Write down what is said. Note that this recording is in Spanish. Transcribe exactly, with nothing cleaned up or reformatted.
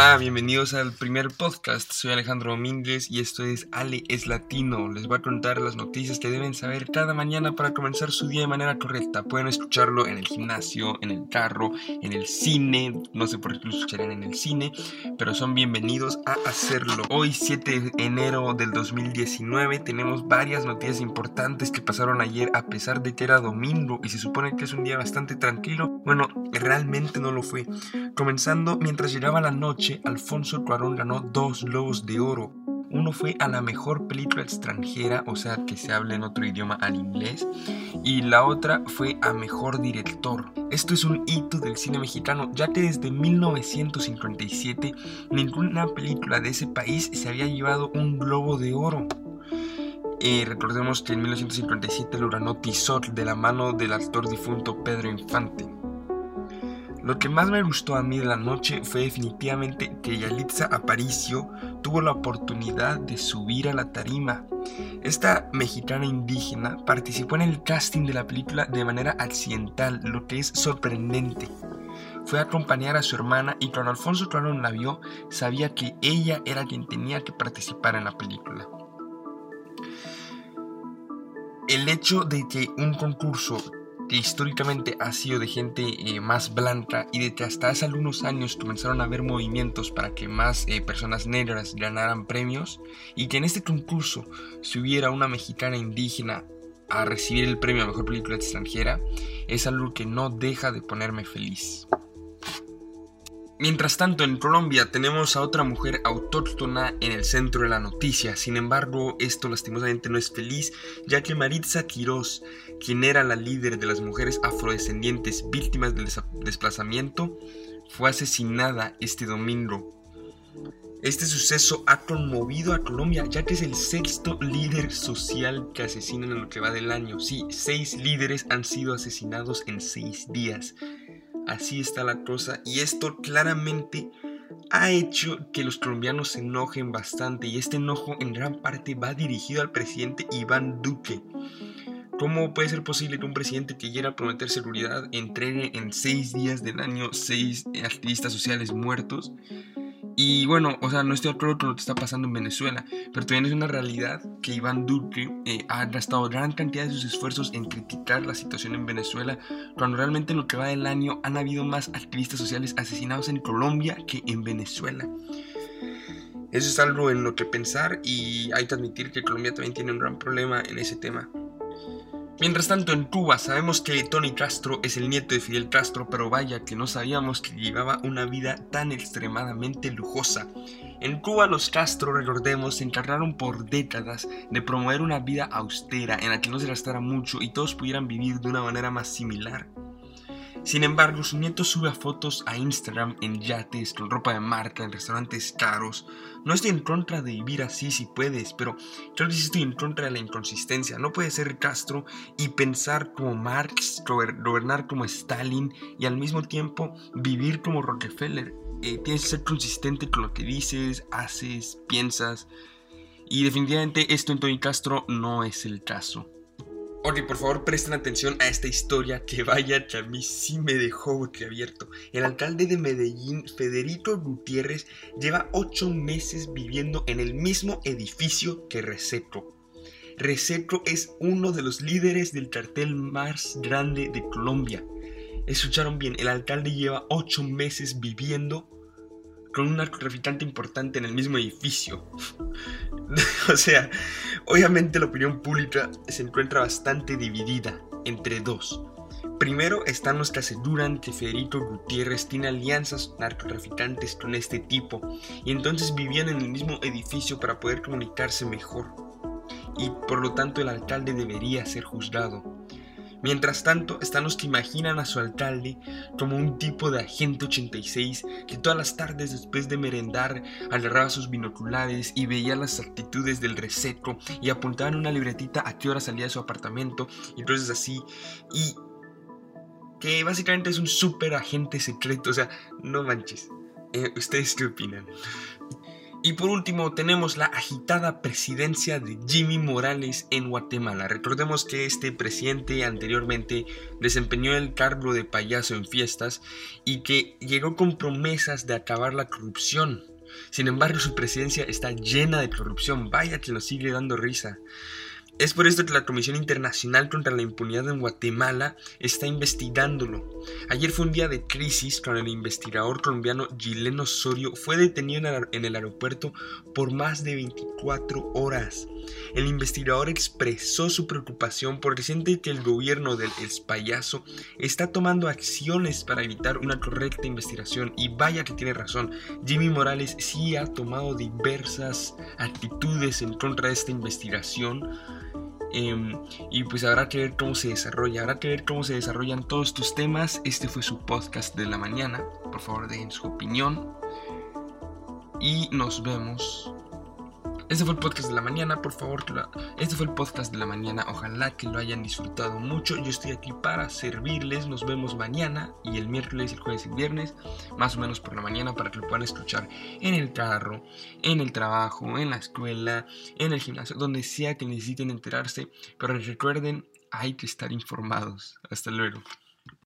Hola, bienvenidos al primer podcast. Soy Alejandro Domínguez y esto es Ale es Latino. Les voy a contar las noticias que deben saber cada mañana para comenzar su día de manera correcta. Pueden escucharlo en el gimnasio, en el carro, en el cine. No sé por qué lo escucharán en el cine, pero son bienvenidos a hacerlo. Hoy, siete de enero del dos mil diecinueve, tenemos varias noticias importantes que pasaron ayer a pesar de que era domingo y se supone que es un día bastante tranquilo. Bueno, realmente no lo fue. Comenzando, mientras llegaba la noche, Alfonso Cuarón ganó dos Globos de Oro. Uno fue a la mejor película extranjera, o sea, que se hable en otro idioma al inglés, y la otra fue a mejor director. Esto es un hito del cine mexicano, ya que desde mil novecientos cincuenta y siete ninguna película de ese país se había llevado un Globo de Oro. Eh, recordemos que en mil novecientos cincuenta y siete lo ganó Tizot de la mano del actor difunto Pedro Infante. Lo que más me gustó a mí de la noche fue definitivamente que Yalitza Aparicio tuvo la oportunidad de subir a la tarima. Esta mexicana indígena participó en el casting de la película de manera accidental, lo que es sorprendente. Fue a acompañar a su hermana y cuando Alfonso Cuarón la vio, sabía que ella era quien tenía que participar en la película. El hecho de que un concurso que históricamente ha sido de gente eh, más blanca y de que hasta hace algunos años comenzaron a haber movimientos para que más eh, personas negras ganaran premios, y que en este concurso se hubiera una mexicana indígena a recibir el premio a mejor película extranjera, es algo que no deja de ponerme feliz. Mientras tanto, en Colombia tenemos a otra mujer autóctona en el centro de la noticia. Sin embargo, esto lastimosamente no es feliz, ya que Maritza Quiroz, quien era la líder de las mujeres afrodescendientes víctimas del desplazamiento, fue asesinada este domingo. Este suceso ha conmovido a Colombia, ya que es el sexto líder social que asesinan en lo que va del año. Sí, seis líderes han sido asesinados en seis días. Así está la cosa, y esto claramente ha hecho que los colombianos se enojen bastante, y este enojo en gran parte va dirigido al presidente Iván Duque. ¿Cómo puede ser posible que un presidente que quiera prometer seguridad entregue en seis días del año seis activistas sociales muertos? Y bueno, o sea, no estoy de acuerdo con lo que está pasando en Venezuela, pero también es una realidad que Iván Duque eh, ha gastado gran cantidad de sus esfuerzos en criticar la situación en Venezuela, cuando realmente en lo que va del año han habido más activistas sociales asesinados en Colombia que en Venezuela. Eso es algo en lo que pensar, y hay que admitir que Colombia también tiene un gran problema en ese tema. Mientras tanto, en Cuba sabemos que Tony Castro es el nieto de Fidel Castro, pero vaya que no sabíamos que llevaba una vida tan extremadamente lujosa. En Cuba los Castro, recordemos, se encargaron por décadas de promover una vida austera en la que no se gastara mucho y todos pudieran vivir de una manera más similar. Sin embargo, su nieto sube fotos a Instagram en yates, con ropa de marca, en restaurantes caros. No estoy en contra de vivir así si puedes, pero creo que sí estoy en contra de la inconsistencia. No puede ser Castro y pensar como Marx, gobernar como Stalin y al mismo tiempo vivir como Rockefeller. Eh, tienes que ser consistente con lo que dices, haces, piensas. Y definitivamente esto en Tony Castro no es el caso. Ok, por favor presten atención a esta historia, que vaya que a mí sí me dejó boquiabierto. El alcalde de Medellín, Federico Gutiérrez, lleva ocho meses viviendo en el mismo edificio que Resetro. Resetro es uno de los líderes del cartel más grande de Colombia. Escucharon bien, el alcalde lleva ocho meses viviendo con un narcotraficante importante en el mismo edificio. O sea, obviamente la opinión pública se encuentra bastante dividida entre dos. Primero están los que aseguran que Federico Gutiérrez tiene alianzas narcotraficantes con este tipo y entonces vivían en el mismo edificio para poder comunicarse mejor, y por lo tanto el alcalde debería ser juzgado. Mientras tanto, están los que imaginan a su alcalde como un tipo de agente ochenta y seis que todas las tardes después de merendar agarraba sus binoculares y veía las actitudes del Resetro y apuntaba en una libretita a qué hora salía de su apartamento y entonces así, y que básicamente es un super agente secreto. O sea, no manches. Eh, ¿Ustedes qué opinan? Y por último tenemos la agitada presidencia de Jimmy Morales en Guatemala. Recordemos que este presidente anteriormente desempeñó el cargo de payaso en fiestas y que llegó con promesas de acabar la corrupción. Sin embargo, su presidencia está llena de corrupción. Vaya que nos sigue dando risa. Es por esto que la Comisión Internacional contra la Impunidad en Guatemala está investigándolo. Ayer fue un día de crisis cuando el investigador colombiano Gileno Osorio fue detenido en el aeropuerto por más de veinticuatro horas. El investigador expresó su preocupación porque siente que el gobierno del ex payaso está tomando acciones para evitar una correcta investigación, y vaya que tiene razón. Jimmy Morales sí ha tomado diversas actitudes en contra de esta investigación. Eh, y pues habrá que ver cómo se desarrolla, habrá que ver cómo se desarrollan todos estos temas. Este fue su podcast de la mañana. Por favor, dejen su opinión y nos vemos. Este fue el podcast de la mañana, por favor. Este fue el podcast de la mañana. Ojalá que lo hayan disfrutado mucho. Yo estoy aquí para servirles. Nos vemos mañana y el miércoles, el jueves y el viernes, más o menos por la mañana, para que lo puedan escuchar en el carro, en el trabajo, en la escuela, en el gimnasio, donde sea que necesiten enterarse. Pero recuerden, hay que estar informados. Hasta luego.